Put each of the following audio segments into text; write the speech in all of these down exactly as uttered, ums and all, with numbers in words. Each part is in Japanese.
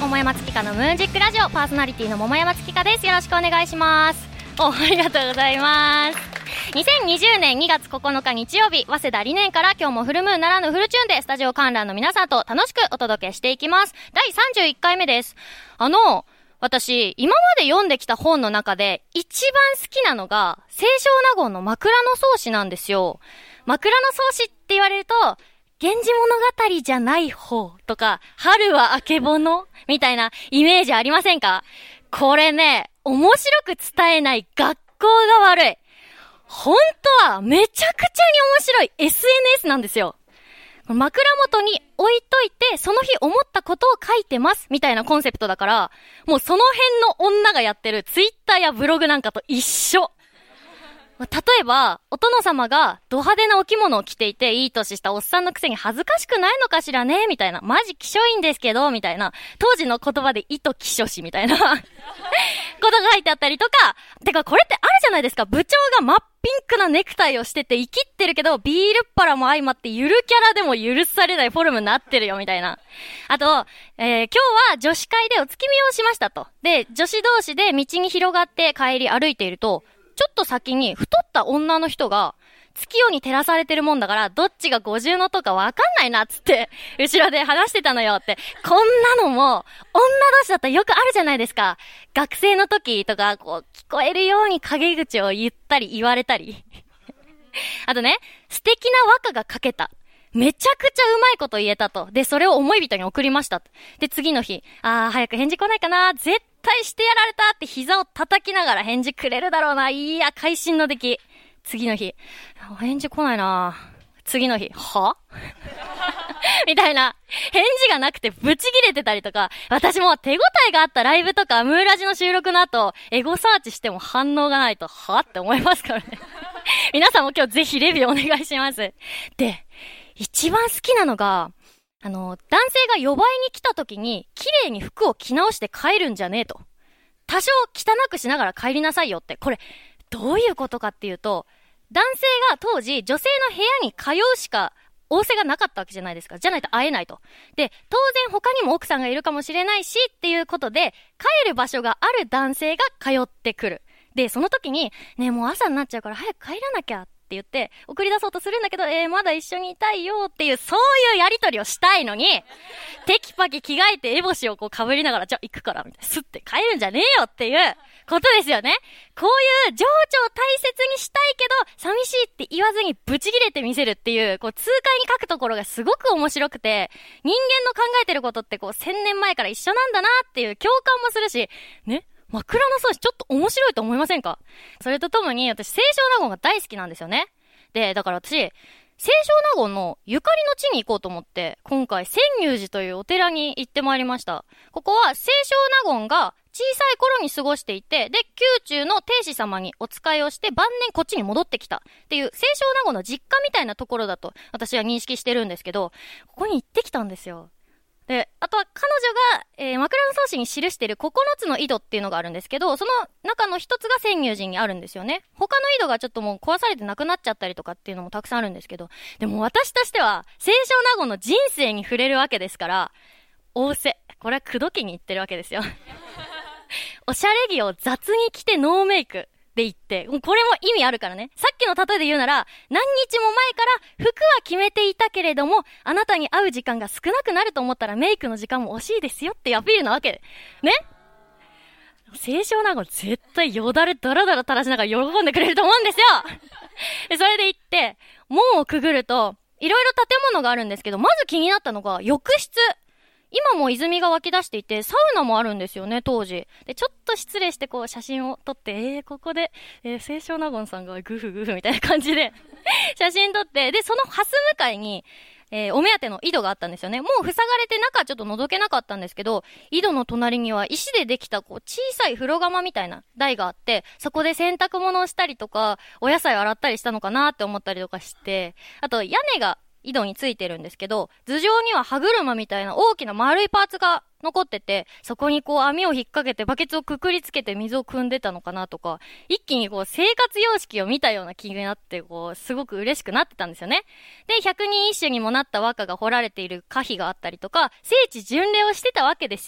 桃山月花のムーンジックラジオ、パーソナリティの桃山月花です。よろしくお願いします。お、ありがとうございます。にせんにじゅうねんにがつここのか日曜日、早稲田理念から今日もフルムーンならぬフルチューンでスタジオ観覧の皆さんと楽しくお届けしていきます。だいさんじゅういっかいめです。あの私今まで読んできた本の中で一番好きなのが清少納言の枕草子なんですよ。枕草子って言われると源氏物語じゃない方とか、春はあけぼのみたいなイメージありませんか？これね、面白く伝えない学校が悪い。本当はめちゃくちゃに面白い エスエヌエス なんですよ。枕元に置いといて、その日思ったことを書いてますみたいなコンセプトだから、もうその辺の女がやってるツイッターやブログなんかと一緒。例えば、お殿様がド派手なお着物を着ていて、いい年したおっさんのくせに恥ずかしくないのかしらねみたいな。マジ気性いいんですけどみたいな。当時の言葉で糸気性しみたいなことが書いてあったりとか。てかこれってあるじゃないですか。部長が真っピンクなネクタイをしてて生きってるけど、ビールっ腹も相まってゆるキャラでも許されないフォルムになってるよみたいな。あと、えー、今日は女子会でお月見をしましたと。で、女子同士で道に広がって帰り歩いていると、ちょっと先に太った女の人が月夜に照らされてるもんだからどっちが五重のとかわかんないなっつって後ろで話してたのよって。こんなのも女同士だったらよくあるじゃないですか。学生の時とかこう聞こえるように陰口を言ったり言われたりあとね、素敵な和歌が書けた、めちゃくちゃうまいこと言えたと。で、それを思い人に送りました。で、次の日、あー早く返事来ないかな、絶対してやられたって膝を叩きながら返事くれるだろうな、いや会心の出来。次の日、返事来ないな。次の日、はみたいな返事がなくてブチ切れてたりとか。私も手応えがあったライブとかムーラジの収録の後エゴサーチしても反応がないとはって思いますからね皆さんも今日ぜひレビューお願いします。で、一番好きなのが、あの、男性が呼ばいに来た時に、綺麗に服を着直して帰るんじゃねえと。多少汚くしながら帰りなさいよって。これ、どういうことかっていうと、男性が当時、女性の部屋に通うしか、仰せがなかったわけじゃないですか。じゃないと会えないと。で、当然他にも奥さんがいるかもしれないし、っていうことで、帰る場所がある男性が通ってくる。で、その時に、ねえもう朝になっちゃうから早く帰らなきゃ。って言って送り出そうとするんだけど、えー、まだ一緒にいたいよっていう、そういうやりとりをしたいのに、テキパキ着替えてエボシをこう被りながら、じゃあ行くからみたいな、スッて帰るんじゃねえよっていうことですよね。こういう情緒を大切にしたいけど寂しいって言わずにブチ切れてみせるっていう、こう痛快に書くところがすごく面白くて、人間の考えてることってこう千年前から一緒なんだなっていう共感もするしね。枕草子ちょっと面白いと思いませんか？それとともに私清少納言が大好きなんですよね。で、だから私清少納言のゆかりの地に行こうと思って今回泉涌寺というお寺に行ってまいりました。ここは清少納言が小さい頃に過ごしていて、で宮中の帝師様にお仕えをして晩年こっちに戻ってきたっていう清少納言の実家みたいなところだと私は認識してるんですけど、ここに行ってきたんですよ。で、あとは彼女が、えー、枕草子に記しているここのつの井戸っていうのがあるんですけど、その中の一つが泉涌寺にあるんですよね。他の井戸がちょっともう壊されてなくなっちゃったりとかっていうのもたくさんあるんですけど、でも私としては清少納言の人生に触れるわけですから、仰せ、これは口説きに行ってるわけですよおしゃれ着を雑に着てノーメイクで言って、これも意味あるからね。さっきの例えで言うなら、何日も前から服は決めていたけれども、あなたに会う時間が少なくなると思ったらメイクの時間も惜しいですよっていうアピールなわけ。ね？清少納言絶対よだれダラダラ垂らしながら喜んでくれると思うんですよで、それで行って、門をくぐると、いろいろ建物があるんですけど、まず気になったのが浴室。今も泉が湧き出していて、サウナもあるんですよね、当時。で、ちょっと失礼してこう写真を撮って、えー、ここで、えー、清少納言さんがグフグフみたいな感じで写真撮って、で、そのハス向かいに、えー、お目当ての井戸があったんですよね。もう塞がれて中ちょっと覗けなかったんですけど、井戸の隣には石でできたこう小さい風呂釜みたいな台があって、そこで洗濯物をしたりとか、お野菜を洗ったりしたのかなって思ったりとかして、あと屋根が井戸についてるんですけど、頭上には歯車みたいな大きな丸いパーツが残ってて、そこにこう網を引っ掛けてバケツをくくりつけて水を汲んでたのかなとか、一気にこう生活様式を見たような気になって、こうすごく嬉しくなってたんですよね。で、百人一首にもなった和歌が彫られている歌碑があったりとか、聖地巡礼をしてたわけですよ。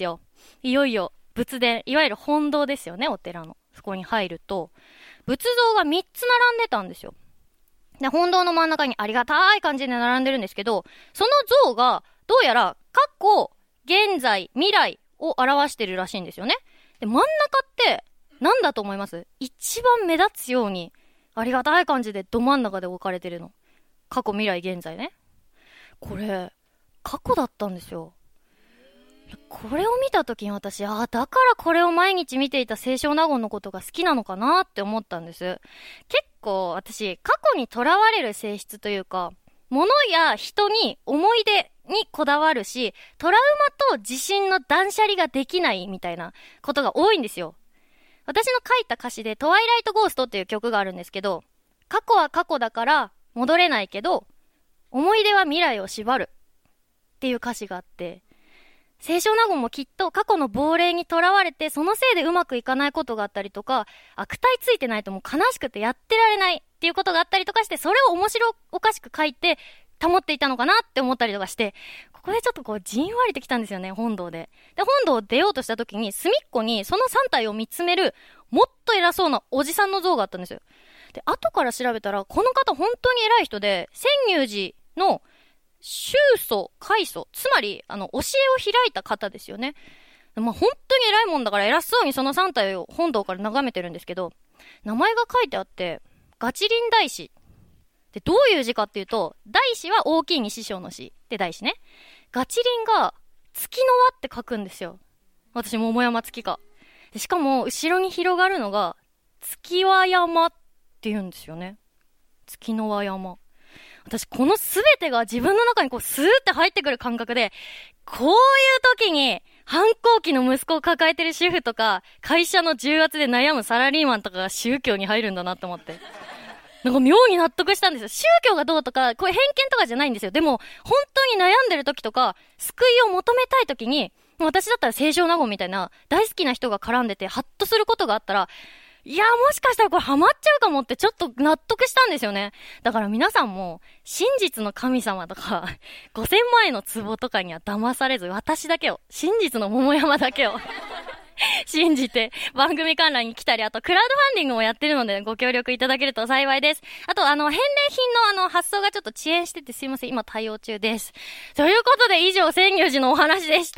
いよいよ仏殿、いわゆる本堂ですよね、お寺の。そこに入ると、仏像がみっつ並んでたんですよ。で、本堂の真ん中にありがたい感じで並んでるんですけど、その像が、どうやら、過去、現在、未来を表してるらしいんですよね。で、真ん中って、なんだと思います？一番目立つように、ありがたい感じでど真ん中で置かれてるの。過去、未来、現在ね。これ、過去だったんですよ。これを見たときに私、ああ、だからこれを毎日見ていた清少納言のことが好きなのかなって思ったんです。結構私、過去にとらわれる性質というか、物や人に思い出にこだわるし、トラウマと自信の断捨離ができないみたいなことが多いんですよ。私の書いた歌詞でトワイライトゴーストっていう曲があるんですけど、過去は過去だから戻れないけど、思い出は未来を縛るっていう歌詞があって、清少納言もきっと過去の亡霊にとらわれて、そのせいでうまくいかないことがあったりとか、悪態ついてないともう悲しくてやってられないっていうことがあったりとかして、それを面白おかしく書いて保っていたのかなって思ったりとかして、ここでちょっとこうじんわりときたんですよね、本堂で。で、本堂を出ようとした時に隅っこにそのさん体を見つめるもっと偉そうなおじさんの像があったんですよ。で、後から調べたら、この方本当に偉い人で、千入寺の宗祖、開祖、つまり、あの、教えを開いた方ですよね。まあ、本当に偉いもんだから偉そうにそのさん体を本堂から眺めてるんですけど、名前が書いてあって、ガチリン大師。で、どういう字かっていうと、大師は大きいに師匠の師。で、大師ね。ガチリンが、月の輪って書くんですよ。私、桃山月か。で、しかも、後ろに広がるのが、月輪山って言うんですよね。月の輪山。私、このすべてが自分の中にこう、スーって入ってくる感覚で、こういう時に、反抗期の息子を抱えてる主婦とか、会社の重圧で悩むサラリーマンとかが宗教に入るんだなって思って。なんか妙に納得したんですよ。宗教がどうとか、これ偏見とかじゃないんですよ。でも、本当に悩んでる時とか、救いを求めたい時に、私だったら清少納言みたいな、大好きな人が絡んでて、ハッとすることがあったら、いや、もしかしたらこれハマっちゃうかもってちょっと納得したんですよね。だから皆さんも、真実の神様とか、ごせんまんえんの壺とかには騙されず、私だけを、真実の桃山だけを、信じて、番組観覧に来たり、あと、クラウドファンディングもやってるので、ご協力いただけると幸いです。あと、あの、返礼品のあの、発送がちょっと遅延しててすいません、今対応中です。ということで、以上、千入寺のお話でした。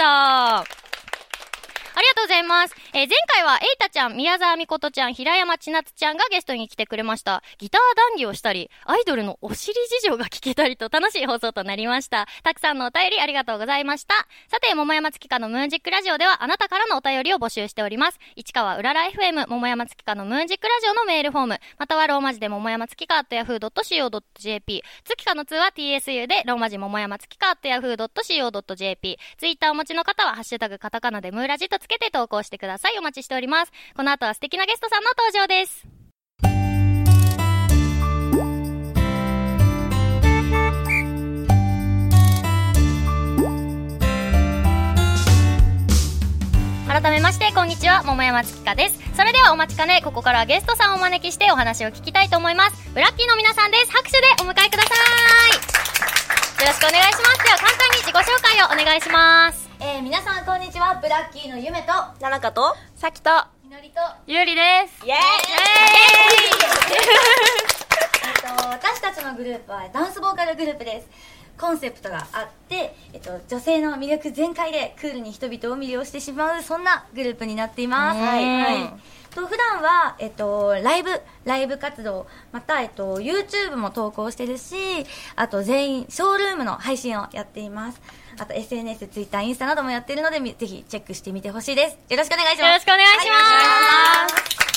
ありがとうございます。えー、前回は、エイタちゃん、宮沢みことちゃん、平山千夏ちゃんがゲストに来てくれました。ギター談義をしたり、アイドルのお尻事情が聞けたりと楽しい放送となりました。たくさんのお便りありがとうございました。さて、桃山月花のムーンジックラジオでは、あなたからのお便りを募集しております。市川うらら エフエム、桃山月花のムーンジックラジオのメールフォーム、またはローマ字で桃山月花 アットヤフードットシーオードットジェーピー、月花の通は ティーエスユー で、ローマ字桃山月花 アットヤフードットシーオードットジェーピー、ツイッターお持ちの方は、ハッシュタグカタカナでムーラジとつけて投稿してください。ください。お待ちしております。この後は素敵なゲストさんの登場です。改めましてこんにちは、桃山月花です。それではお待ちかね、ここからはゲストさんをお招きしてお話を聞きたいと思います。ブラッキーの皆さんです。拍手でお迎えください。よろしくお願いします。では簡単に自己紹介をお願いします。 えー、皆さんこんにちは。ブラッキーのゆめとななかとさきとみのりとゆうりです。 イエーイえっと私たちのグループはダンスボーカルグループです。コンセプトがあって、えっと、女性の魅力全開でクールに人々を魅了してしまう、そんなグループになっています。はい、はい、と普段は、えっと、ライブライブ活動、また、えっと、YouTube も投稿してるし、あと全員ショールームの配信をやっています。あと エスエヌエス、Twitter、インスタなどもやってるので、ぜひチェックしてみてほしいです。よろしくお願いします。 よろしくお願いします。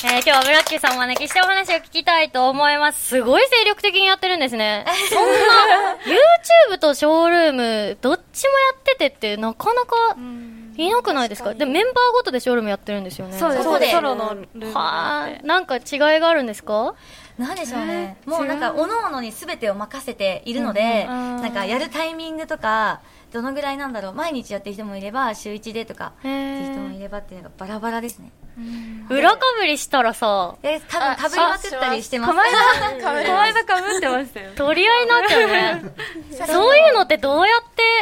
えー、今日はブラッキーさんをお招きしてお話を聞きたいと思います。すごい精力的にやってるんですね。そんな YouTube とショールームどっちもやっててってなかなかいなくないですか？でメンバーごとでショールームやってるんですよね。 そうです。 そうです。 ソロのルームはー、なんか違いがあるんですか？ なんでしょうね、もうなんか各々に全てを任せているので、うんうん、なんかやるタイミングとかどのぐらいなんだろう、毎日やってる人もいれば週いちでとかっていう人もいればっていうのがバラバラですね。 裏かぶりしたらさ、 え多分かぶりまくったりしてます。 この間かぶってましたよ。 取り合いになっちゃうね。そういうのってどうやって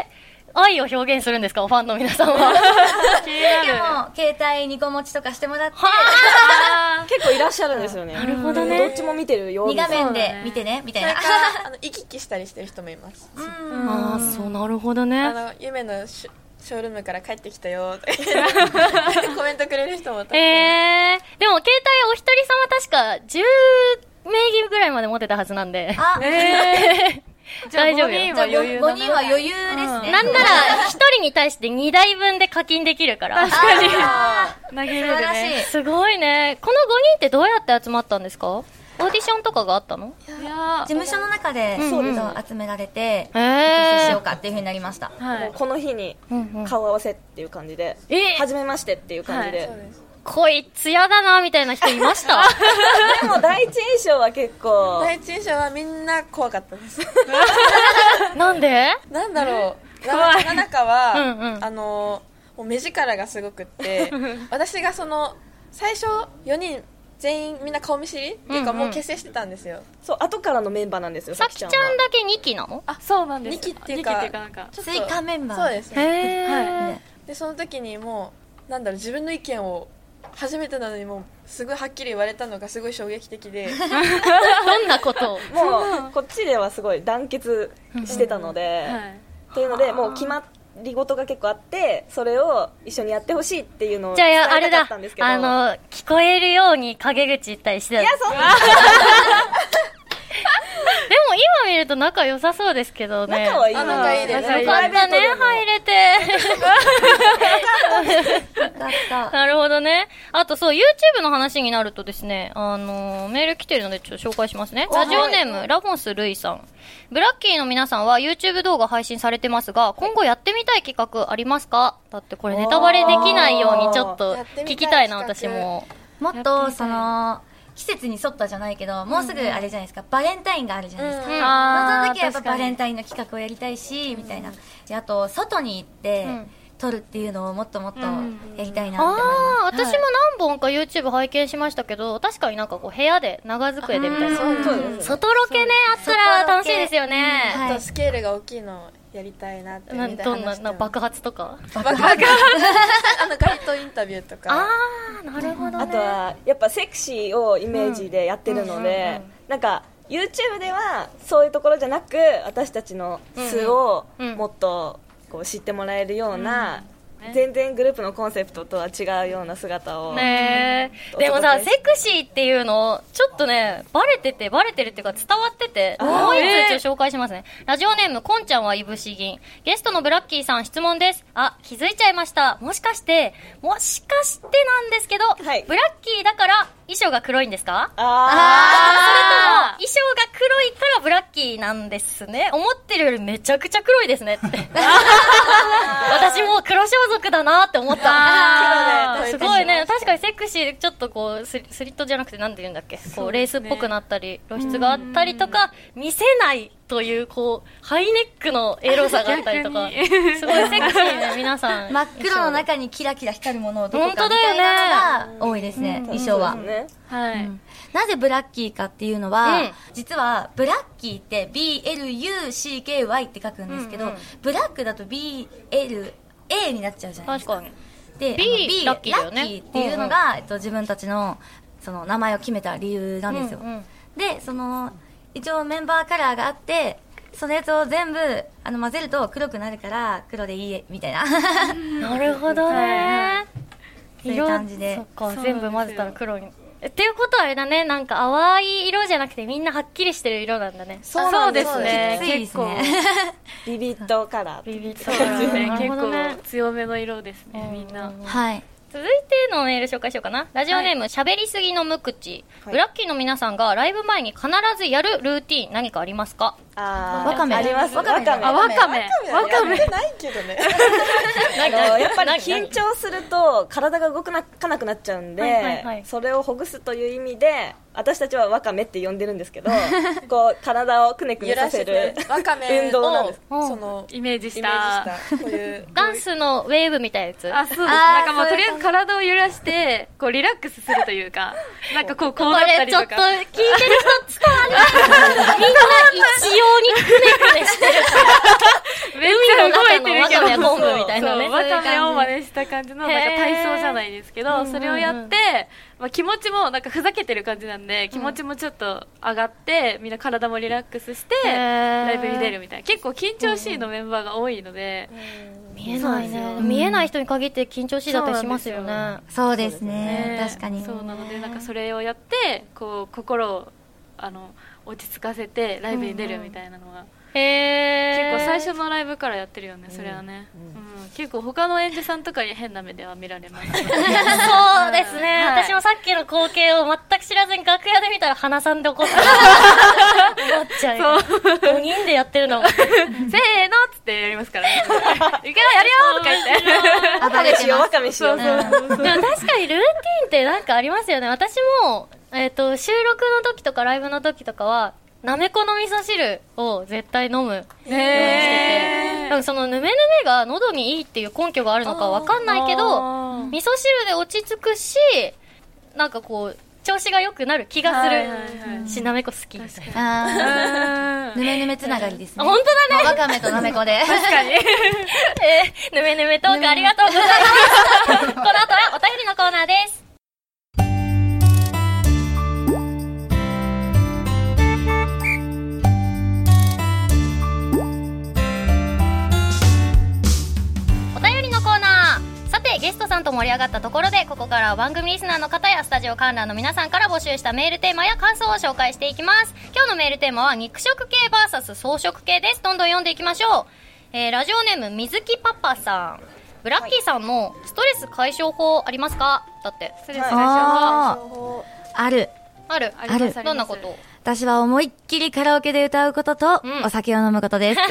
愛を表現するんですか、ファンの皆さんは。 気になる。もう携帯にこ持ちとかしてもらって結構いらっしゃるんですよね。 なるほどね。 どっちも見てるよ。 に画面で見てねみたいな。 あの行き来したりしてる人もいます。 ああ、そうなるほどね。 あの夢のショショールームから帰ってきたよってコメントくれる人もたくさん。 えー、でも携帯お一人様確かじゅうめいぎぐらいまで持ってたはずなんで。 あ、 えー大丈夫よ。 じゃあごにんは余裕ですね。 なんならひとりに対してにだいぶんで課金できるから。 確かに。投げれるね。 すごいね。このごにんってどうやって集まったんですか？オーディションとかがあったの？ いや事務所の中でそう集められて、 えー、 結成しようかっていう風になりました。 はい、この日に顔合わせっていう感じで、 うんうん、 初めましてっていう感じで。はい、 こいつやだなみたいな人いましたでも第一印象は結構第一印象はみんな怖かったですなんでなんだろう、ななかは、うんうん、あのもう目力がすごくって私がその最初よにん全員みんな顔見知りっていうか、もう結成してたんですよ。 そう、後からのメンバーなんですよ。 さきちゃんだけにきなの？ あ、そうなんです。 にきっていうか追加メンバー。 そうですね。 へー、 はい、でその時にもうなんだろう、自分の意見を初めてなのにもうすごいはっきり言われたのがすごい衝撃的でどんなことをもうこっちではすごい団結してたので、うん、はい、っていうのでもう決まり事が結構あって、それを一緒にやってほしいっていうのを伝えたかったんですけど、 じゃああれだ、あの聞こえるように陰口言ったりしてた。 いや、そんなでも今見ると仲良さそうですけどね。 仲はいい。 仲いいですね。 よかったね、入れて。 よかった。 なるほどね。あとそう、YouTube の話になるとですね、あのー、メール来てるのでちょっと紹介しますね。ラジオネーム、ラフォンス・ルイさん。ブラッキーの皆さんは YouTube 動画配信されてますが、今後やってみたい企画ありますか？だってこれネタバレできないようにちょっと聞きたいな、私も。 もっと、その、季節に沿ったじゃないけど、もうすぐあれじゃないですか、バレンタインがあるじゃないですか。うん、その時はやっぱバレンタインの企画をやりたいし、みたいな。で、あと、外に行って、うん撮るっていうのをもっともっとやりたいなって思います。 あ、私も何本か YouTube 拝見しましたけど、確かになんかこう部屋で長机でみたいな、外ロケねあったら楽しいですよね。 あとスケールが大きいのやりたいなってみたいな。 どんなな爆発とか爆発あの街頭インタビューとか。 ああ、なるほどね。 あとはやっぱセクシーをイメージでやってるので、なんか YouTube ではそういうところじゃなく、私たちの素をもっとこう知ってもらえるような、うんね、全然グループのコンセプトとは違うような姿を、 ね、でもさ、セクシーっていうのちょっとねバレててバレてるっていうか伝わってて、もう一つ紹介しますね。ラジオネームこんちゃんはいぶし銀。ゲストのブラッキーさん質問です。あ、気づいちゃいました。もしかしてもしかしてなんですけど、はい、ブラッキーだから衣装が黒いんですか？ああ、それとも衣装が黒いからブラッキーなんですね。思ってるよりめちゃくちゃ黒いですねって私も黒装束だなって思った。すごいね。確かにセクシー、ちょっとこうスリ、スリットじゃなくてなんて言うんだっけ、こうレースっぽくなったり露出があったりとか、見せないというこうハイネックのエロさがあったりとかすごいセクシーね。皆さん真っ黒の中にキラキラ光るものをどこかみたいなのが多いですね、衣装は。はい、うん、なぜブラッキーかっていうのは、うん、実はブラッキーって ビーエルユーシーケーワイ って書くんですけど、うんうん、ブラックだと ビーエルエー になっちゃうじゃないですか。 確かに。 で B, B ラッキーだよね。 ラッキーっていうのが、うんうん、えっと、自分たちのその名前を決めた理由なんですよ、うんうん、でその一応メンバーカラーがあって、そのやつを全部あの混ぜると黒くなるから黒でいいみたいななるほどね、 そういう感じで。 そっか、全部混ぜたら黒に。っていうことはあれだね、なんか淡い色じゃなくてみんなはっきりしてる色なんだね。 そうですね。 結構ビビッドカラー。 ビビッドカラー、ね、 結構強めの色ですね、みんな。 はい。 続いてのメール紹介しようかな。ラジオネーム、喋、はい、りすぎの無口、はい、ブラッキーの皆さんがライブ前に必ずやるルーティーン何かありますか？ あわかめあります。 わかめあわかめわかめないけどねやっぱり緊張すると体が動かなくなっちゃうんで、はいはいはい、それをほぐすという意味で私たちはわかめって呼んでるんですけどこう体をくねくねさせるわかめ運動なんです。 そのイメージしたこういうダンスのウェーブみたいなやつ。 あ、そうです。なんかもうとりあえず体を揺らしてこうリラックスするというか、なんかこうこうなったりとか。 これちょっと聞いてる人伝わるみんな一にくねくねしてるからめっちゃ動いてるけど海の中のわかめ昆布みたいなね。 そうわかめを真似した感じのなんか体操じゃないですけど、それをやって、まあ、気持ちもなんかふざけてる感じなんで、気持ちもちょっと上がってみんな体もリラックスしてライブに出るみたいな、結構緊張しいのメンバーが多いので、 見えないね。見えない人に限って緊張しいだったりしますよね。 そうですね、 ね確かに。 そうなのでなんかそれをやってこう心をあの落ち着かせてライブに出るみたいなのが、 へー、 結構最初のライブからやってるよね、それはね、うんうん、結構他の演者さんとかに変な目では見られますそうですね、はい、私もさっきの光景を全く知らずに楽屋で見たら鼻さんで怒って思っちゃう。ごにんでやってるのせーのっつってやりますからねいけよやるよとか言ってわかめしようわかめしよう。 でも確かにルーティンってなんかありますよね。私も、えーと、収録の時とかライブの時とかはなめこの味噌汁を絶対飲むようにしてて、多分そのぬめぬめが喉にいいっていう根拠があるのかわかんないけど、味噌汁で落ち着くし、なんかこう調子が良くなる気がするし、なめこ好きみたいな。 あーぬめぬめつながりですね。 本当だね。 わかめとなめこで確かに、 えー、ぬめぬめトークありがとうございますこの後はお便りのコーナーです。ゲストさんと盛り上がったところで、ここからは番組リスナーの方やスタジオ観覧の皆さんから募集したメールテーマや感想を紹介していきます。今日のメールテーマは肉食系 ブイエス 草食系です。どんどん読んでいきましょう。えー、ラジオネーム水木パパさん、ブラッキーさんのストレス解消法ありますか？だってストレス解消法あるあるある。 どんなこと？ 私は思いっきりカラオケで歌うことと、うん、お酒を飲むことです。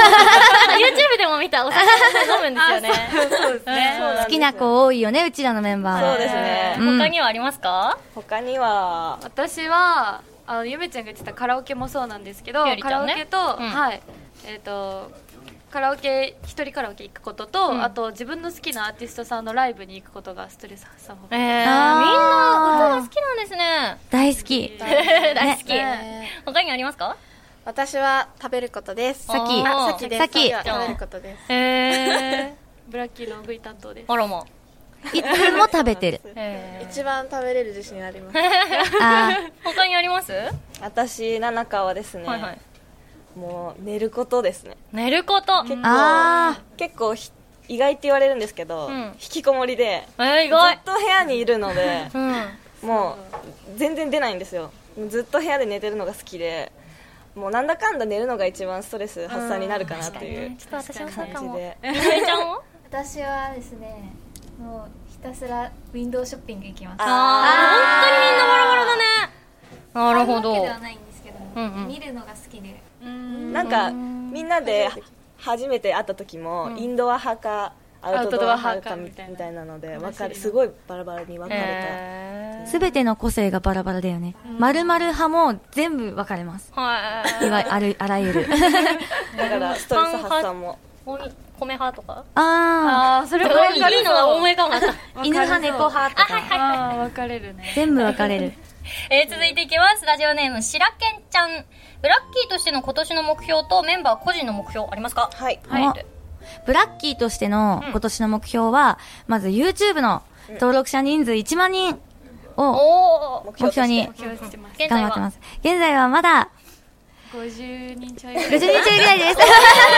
YouTube でも見た、お酒飲むんですよね。 そうですね。 好きな子多いよね、うちらのメンバー。 そうですね。 うん、他にはありますか？ 他には、 私は、あの、ゆめちゃんが言ってたカラオケもそうなんですけど、ね、カラオケと、うん、はい、えっと、カラオケ、一人カラオケ行くことと、うん、あと自分の好きなアーティストさんのライブに行くことがストレス発散法。 えー、みんな歌が好きなんですね。 大好き。 大好き。ね、他にありますか？ 私は食べることです。 さき。 あ、さきです。 さき。 食べることです。 えー、ブラッキーの V 担当です。 あらま。 いつも食べてる。 一番食べれる自信あります。 あ他にあります？ 私、ななかはですね、はいはい、もう寝ることですね。 寝ること。 結構、あ結構意外って言われるんですけど、うん、引きこもりで、 えー、意外ずっと部屋にいるので、 うん、 もう全然出ないんですよ。ずっと部屋で寝てるのが好きで、もうなんだかんだ寝るのが一番ストレス発散になるかなっていう、うん、 ちょっと私もそうかも。 でみめちゃんは？ 私はですね、もうひたすらウィンドウショッピング行きます。 ああ、本当にみんなバラバラだね。なるほど。 買うわけではないんですけど、うんうん、見るのが好きで。 うんなんかみんなで初めて会った時も、うん、インドア派かアウトドア派かみたいなので分かる、すごいバラバラに分かれた。 すべての個性がバラバラだよね。丸々派も全部分かれます。いわあるあらゆる。 だからストレス発散も。 米派とか？ ああ、それもいいのが多いかも。 犬派猫派とか。 ああ、分かれるね。 全部分かれる。 えー、続いていきます。ラジオネームしらけんちゃん。ブラッキーとしての今年の目標とメンバー個人の目標ありますか？ はい、 はい、ブラッキーとしての今年の目標は、うん、まず YouTube の登録者人数いちまんにんを目標に頑張ってます。現在はまだごじゅうにんちょいぐらい。ごじゅうにんちょいぐらいです。ごじゅうにんちょいぐらいです。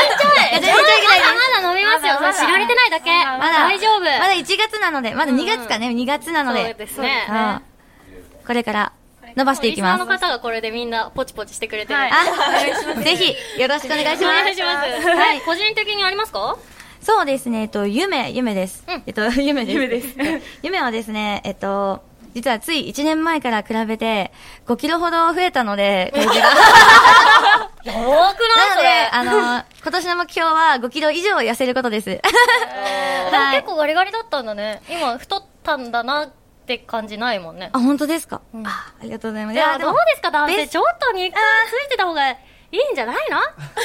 まだ伸びますよ。まだ知られてないだけ。まだ大丈夫。 まだいちがつなので、まだにがつかね、にがつなので。 そうですね。 これから伸ばしていきます。 リスナーの方がこれでみんなポチポチしてくれてる。 あ、ぜひよろしくお願いします。お願いします。はい。個人的にありますか？ そうですね。えっと夢夢です。えっと夢です。夢です。夢はですね、えっと実はついいちねんまえから比べてごキロほど増えたので、体重が。 やばくない？ なので、あの今年の目標はごキロ以上痩せることです。 結構ガリガリだったんだね。今太ったんだなって感じないもんね。 あ、本当ですか？あ、ありがとうございます。 いや、どうですか男性、ちょっと肉ついてた方がいいんじゃないの？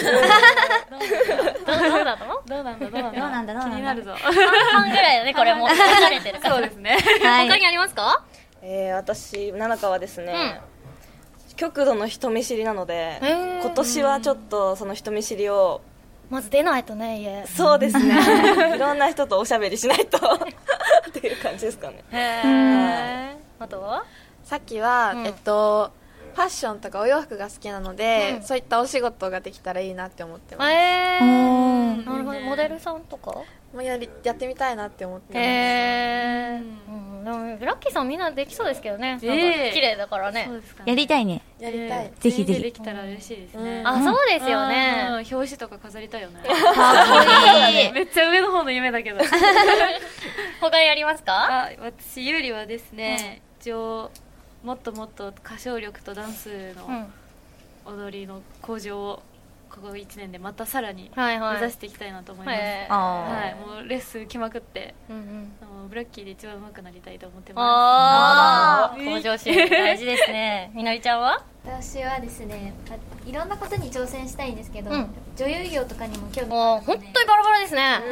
どうだの？ どうなんだどうなんだどうなんだどうなんだ気になるぞ。 半々ぐらいだね、これも。疲れてるから。 そうですね。 他にありますか？ えー、私、ななかはですね、 極度の人見知りなので、今年はちょっとその人見知りをまず出ないとね、家。 そうですねいろんな人とおしゃべりしないとっていう感じですかね。 へー。あとはさっきは、うん、えっとファッションとかお洋服が好きなので、うん、そういったお仕事ができたらいいなって思ってます。 へー。なるほど。モデルさんとかもうやりやってみたいなって思ってます。 へー。うん、でもラッキーさんみんなできそうですけどね。えー、なんか綺麗だからね。 そうですかね。やりたいね。 やりたい。 ぜひぜひ。 できたら嬉しいですね。 あ、そうですよね。 表紙とか飾りたいよね。 かっこいい。 めっちゃ上の方の夢だけど。 他にありますか？ あ、私有利はですね、一応もっともっと歌唱力とダンスの踊りの向上をここいちねんでまたさらに目指していきたいなと思います。はいはい、はい、もうレッスン来まくって、うんうん、ブラッキーで一番上手くなりたいと思ってます。 ああ、向上心大事ですね。みのりちゃんは？ 私はですね、いろんなことに挑戦したいんですけど、うん、女優業とかにも興味があるので、 本当にバラバラですね。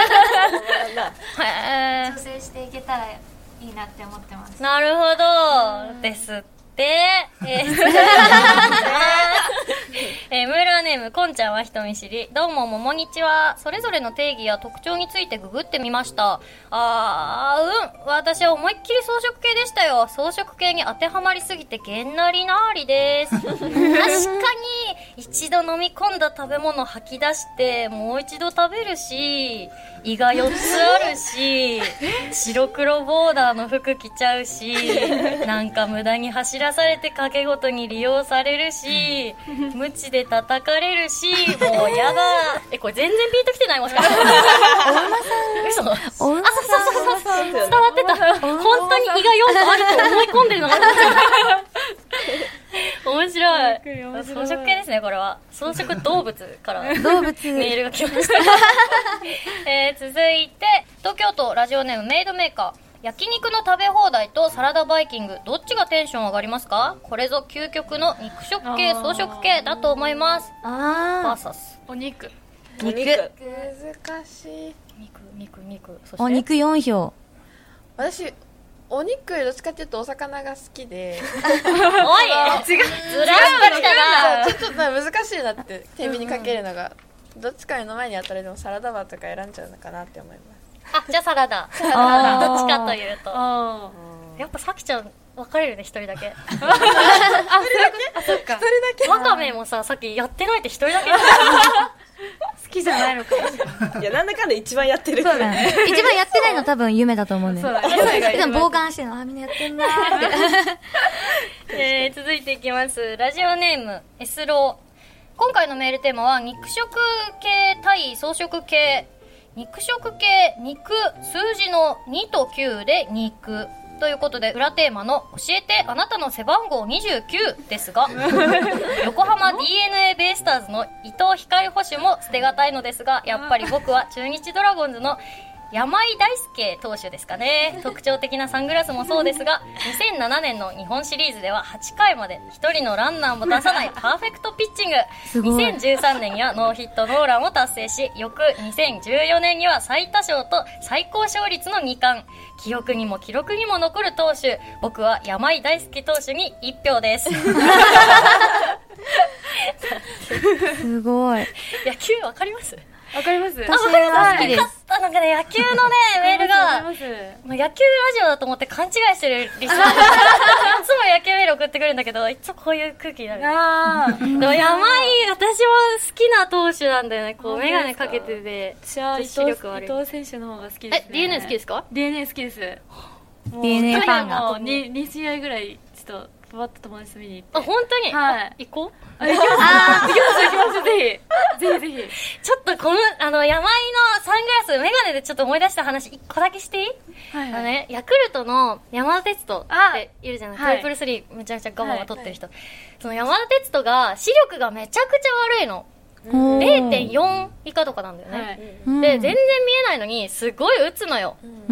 挑戦していけたらいいなって思ってます。 なるほどですって。えー、えー、ムーラーネームこんちゃんは人見知り。どうもももにちは。それぞれの定義や特徴についてググってみました。あーうん私は思いっきり装飾系でしたよ。装飾系に当てはまりすぎてげんなりなーりです。確かに一度飲み込んだ食べ物吐き出してもう一度食べるし、胃がよっつあるし、白黒ボーダーの服着ちゃうし、なんか無駄に走らされて賭け事に利用されるし、無知で叩かれるし、もうやだ。え、これ全然ピンときてないもしかして。お馬さん。嘘。お馬さん。あ、そうそうそうそう。伝わってた。本当に胃がよんこあると思い込んでるのかと思ってた。面白い。装飾系ですね、これは。装飾動物から動物メールが来ました。えー、続いて、東京都ラジオネームメイドメーカー。焼肉の食べ放題とサラダバイキング、どっちがテンション上がりますか？これぞ究極の肉食系装飾系だと思います。あーバーサスお肉肉難しい。 肉肉肉そしてお肉よんひょう。私お肉よりどっちかっていうとお魚が好きでおい違うずらしてきたな。 ちょっと難しいなって天秤にかけるのが、どっちかの前に当たるでもサラダバーとか選んじゃうのかなって思います。 あ、じゃあサラダ。サラダどっちかというとやっぱさきちゃん分かれるね、一人だけ。あ、そっか。一人だけ。ワカメもさ、さっきやってないって一人だけ。 好きじゃないのかもしれない。 いや、なんだかんだ一番やってる。 そうだね。一番やってないの多分夢だと思うんだよ。そうだね。でも傍観してるの、あ、みんなやってんなーって。 えー、続いていきます。ラジオネーム、エスロー。今回のメールテーマは、肉食系対装飾系。肉食系、肉、数字のにときゅうで肉。ということで、裏テーマの教えてあなたの背番号にじゅうきゅうですが、横浜 ディーエヌエー ベイスターズの伊藤光捕手も捨てがたいのですが、やっぱり僕は中日ドラゴンズの山井大輔投手ですかね。特徴的なサングラスもそうですが、にせんななねんの日本シリーズでははちかいまでひとりのランナーも出さないパーフェクトピッチング。にせんじゅうさんねんにはノーヒットノーランを達成し、翌にせんじゅうよねんには最多勝と最高勝率のに冠。記憶にも記録にも残る投手。僕は山井大輔投手にいち票です。 すごい。 野球わかります？ わかります。 私は好きです。 なんかね、野球のね、メールが、野球ラジオだと思って勘違いしてるリスナーがいつも野球メール送ってくるんだけど、いつもこういう空気になる。あでも山井、私も好きな投手なんだよね。こう、メガネかけてて、 私は伊藤、伊藤選手の方が好きですね。 え、ディーエヌエー 好きですか？ ディーエヌエー 好きです。 ディーエヌエー ファンが。 もうに試合ぐらい、ちょっと、パパッと友達と見に行って。 あ、本当に？ はい。 行こう？ あ、行きます。行きます、行きます、ぜひ。ぜひぜひ。 ちょっとこの、あの、山井のサングラス、メガネでちょっと思い出した話、一個だけしていい？はい、はい。あのね、ヤクルトの山田哲人っているじゃない？トリプルスリーめちゃくちゃ我慢を取ってる人。はいはい、その山田哲人が視力がめちゃくちゃ悪いの。れいてんよん 以下とかなんだよね。はい、で、全然見えないのに、すごい打つのよ。うん、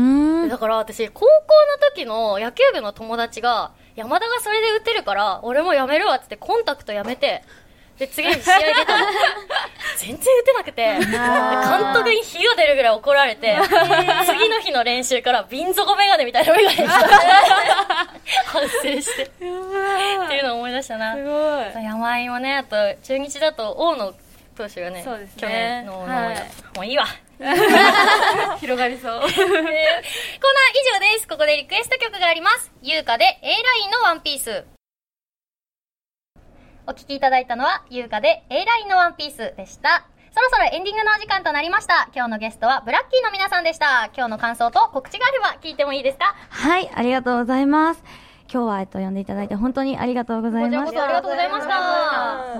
だから私、高校の時の野球部の友達が、山田がそれで打てるから、俺もやめるわってってコンタクトやめて、で、次に試合出たの。全然打てなくて、監督に火が出るぐらい怒られて、次の日の練習から瓶底メガネみたいなメガネにした。反省して。っていうのを思い出ししたな。 すごい。 山井もね、あと中日だと大野投手がね、 そうですね去年の、 はい、 もういいわ。 広がりそう。コーナー以上です。ここでリクエスト曲があります。優香で A ラインのワンピース。お聴きいただいたのは優香で A ラインのワンピースでした。そろそろエンディングのお時間となりました。今日のゲストはブラッキーの皆さんでした。今日の感想と告知があれば聞いてもいいですか？ はい、ありがとうございます。今日は、えっと、呼んでいただいて本当にありがとうございました。 こちらこそありがとうございました。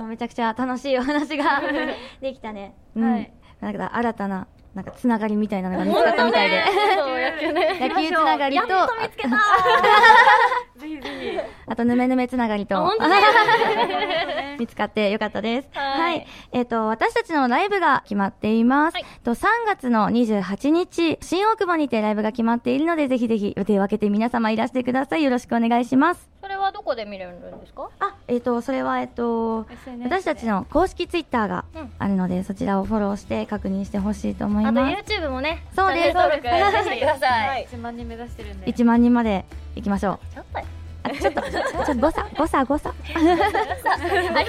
もうめちゃくちゃ楽しいお話ができたね。うん、はい。なんか新たな、なんかつながりみたいなのが見つかったみたいで。 野球ね。 野球つながりと、 やっと見つけたぜひぜひ。 あと、ぬめぬめつながりと、見つかってよかったです。はい。はい、えっ、ー、と、私たちのライブが決まっています。はい、とさんがつのにじゅうはちにち、新大久保にてライブが決まっているので、ぜひぜひ予定を空けて皆様いらしてください。よろしくお願いします。 それはどこで見れるんですか？ あ、えっ、ー、と、それは、えっ、ー、と、私たちの公式ツイッターがあるので、うん、そちらをフォローして確認してほしいと思います。 あと YouTube もね、 そうです。 登録してください。 はい、いちまんにん目指してるんで。 いちまんにんまで行きましょう。 ちょっとあちょっと、ちょっと誤差、誤差、誤差。 ありがとうございます。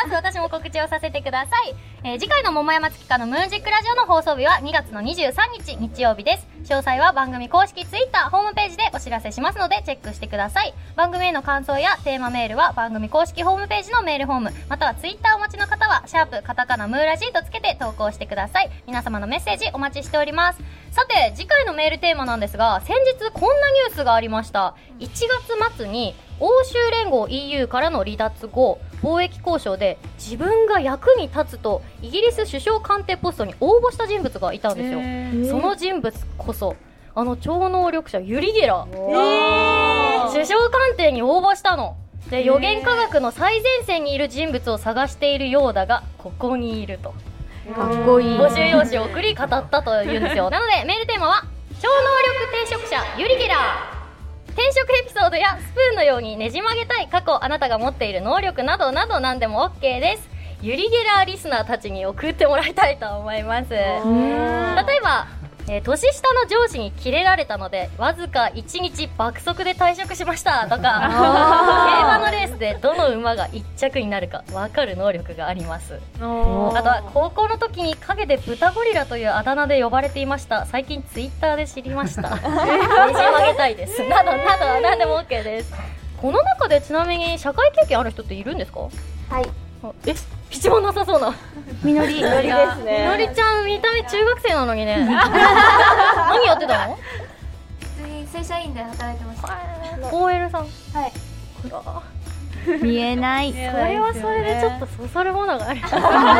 私も告知をさせてください。えー、次回の桃山月花のムーンジックラジオの放送日はにがつのにじゅうさんにち日曜日です。詳細は番組公式ツイッター、ホームページでお知らせしますのでチェックしてください。番組への感想やテーマメールは番組公式ホームページのメールフォーム、またはツイッターをお持ちの方は、シャープカタカナムーラジーとつけて投稿してください。皆様のメッセージお待ちしております。さて、次回のメールテーマなんですが、先日こんなニュースがありました。いちがつ末に欧州連合 イーユー からの離脱後、貿易交渉で自分が役に立つとイギリス首相官邸ポストに応募した人物がいたんですよ。その人物こそあの超能力者ユリ・ゲラー、首相官邸に応募したので、予言科学の最前線にいる人物を探しているようだがここにいるとかっこいい募集用紙を送り語ったというんですよ。なのでメールテーマは超能力転職者ユリ・ゲラー、転職エピソードやスプーンのようにねじ曲げたい過去、あなたが持っている能力などなど何でも OK です。ユリ・ゲラーリスナーたちに送ってもらいたいと思います。例えば、えー、年下の上司にキレられたのでわずかいちにち爆速で退職しましたとか競馬のレースでどの馬がいっちゃくになるか分かる能力があります。あとは高校の時に陰でブタゴリラというあだ名で呼ばれていました。最近ツイッターで知りましたねじ曲げたいですなどなど何でも OK です。この中でちなみに社会経験ある人っているんですか？ はい。 え、一番なさそうなみのりみのりですね。 みのりちゃん見た目中学生なのにね何やってたの？ 普通に正社員で働いてました。 オーエル さん。 はい。 見えないそれはそれでちょっとそそるものがあるということ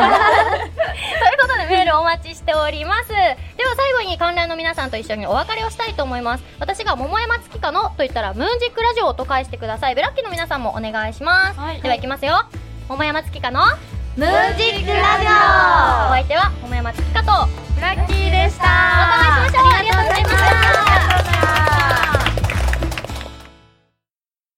でメールお待ちしております。では最後に観覧の皆さんと一緒にお別れをしたいと思います。私が桃山月花のと言ったらムーンジックラジオと返してください。ブラッキーの皆さんもお願いします、はい、ではいきますよ。桃山月花のムーンジックラジオ、お相手は桃山月花と